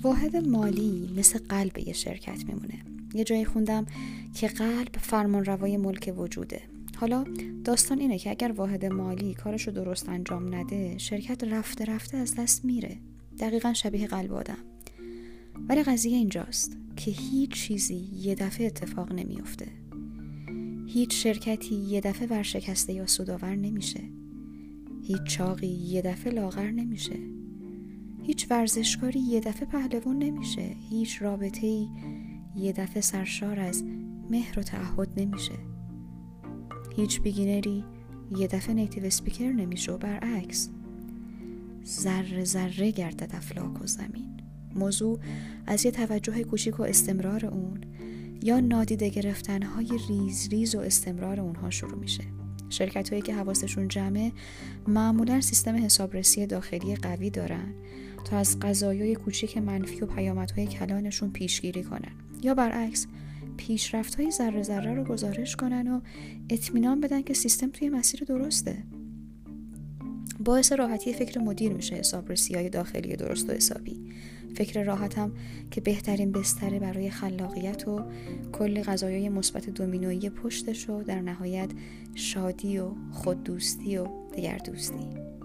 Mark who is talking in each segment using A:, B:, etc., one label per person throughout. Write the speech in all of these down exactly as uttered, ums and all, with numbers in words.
A: واحد مالی مثل قلب یه شرکت میمونه. یه جایی خوندم که قلب فرمان روای ملک وجوده. حالا داستان اینه که اگر واحد مالی کارشو درست انجام نده، شرکت رفته رفته از دست میره. دقیقاً شبیه قلب آدم. ولی قضیه اینجاست که هیچ چیزی یه دفعه اتفاق نمیفته. هیچ شرکتی یه دفعه ورشکسته یا سودآور نمیشه. هیچ چاقی یه دفعه لاغر نمیشه. هیچ ورزشکاری یه دفعه پهلوان نمیشه. هیچ رابطه‌ای یه دفعه سرشار از مهر و تعهد نمیشه. هیچ بیگینری یه دفعه نیتیو اسپیکر نمیشه و برعکس. ذره ذره گردد افلاک و زمین. موضوع از یه توجه کوچیک و استمرار اون یا نادیده گرفتنهای ریز ریز و استمرار اونها شروع میشه. شرکت هایی که حواسشون جمعه معمولا سیستم حسابرسی داخلی قوی دارن تا از قضایای کوچیک منفی و پیامدهای کلانشون پیشگیری کنن، یا برعکس پیشرفت‌های ذره ذره رو گزارش کنن و اطمینان بدن که سیستم توی مسیر درسته. باعث راحتی فکر مدیر میشه حسابرسی‌های داخلی درست و حسابی. فکر راحتم که بهترین بستره برای خلاقیت و کلی قضایای مثبت دومینویی پشتش و در نهایت شادی و خوددوستی و دگردوستی.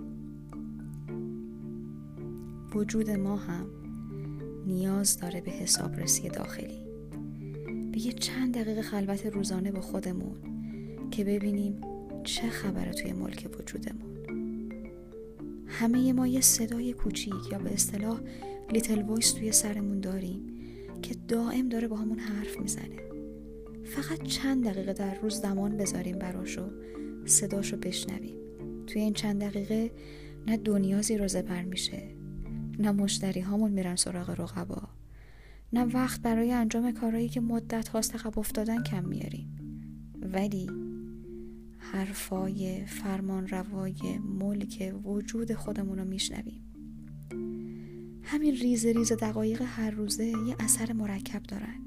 A: وجود ما هم نیاز داره به حسابرسی داخلی، به یه چند دقیقه خلوت روزانه با خودمون که ببینیم چه خبره توی ملک وجودمون. همه ما یه صدای کوچیک یا به اصطلاح لیتل وایس توی سرمون داریم که دائم داره با همون حرف میزنه. فقط چند دقیقه در روز زمان بذاریم براشو صداشو بشنویم. توی این چند دقیقه نه دنیا زیر و زبر میشه، نه مشتری هامون میرن سراغ رقبا، نه وقت برای انجام کارهایی که مدت هاست عقب افتادن کم میاریم. ولی حرفای فرمان روای ملک وجود خودمون رو میشنویم. همین ریز ریز دقایق هر روزه یه اثر مرکب دارن.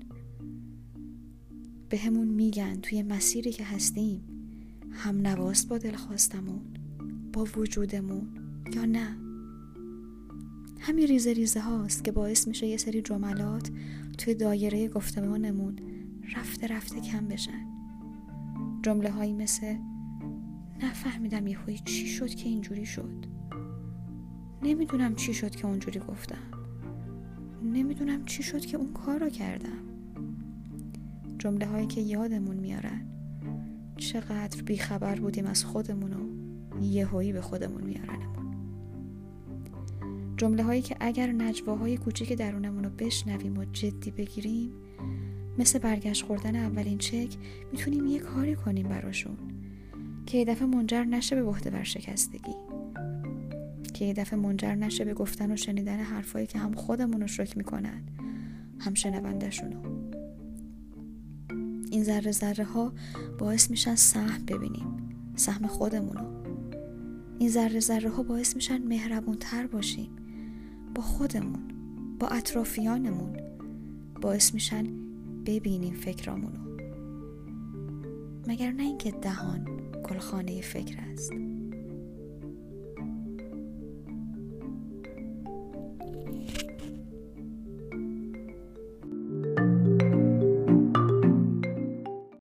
A: به همون میگن توی مسیری که هستیم هم نواست با دلخواستمون، با وجودمون یا نه. همین ریز ریزه هاست که باعث میشه یه سری جملات توی دایره گفتمانمون رفته رفته کم بشن. جمله هایی مثل نفهمیدم یهویی چی شد که اینجوری شد، نمیدونم چی شد که اونجوری گفتم، نمیدونم چی شد که اون کار رو کردم. جمله هایی که یادمون میارن چقدر بیخبر بودیم از خودمون و یهویی به خودمون میارنمون. جمله هایی که اگر نجواهای کوچیک درونمون رو بشنویم و جدی بگیریم، مثل برگشت خوردن اولین چک میتونیم یه کاری کنیم براشون که یه دفعه منجر نشه به بهت ورشکستگی، که یه دفعه منجر نشه به گفتن و شنیدن حرفایی که هم خودمون رو شوک میکنن هم شنوندشونو. این ذره ذره ها باعث میشن سهم ببینیم، سهم خودمونو. این ذره ذره ها باعث میشن مهربون تر باشیم با خودمون، با اطرافیانمون. باعث میشن ببینیم فکرامونو. مگر نه اینکه دهان گلخانه فکر است؟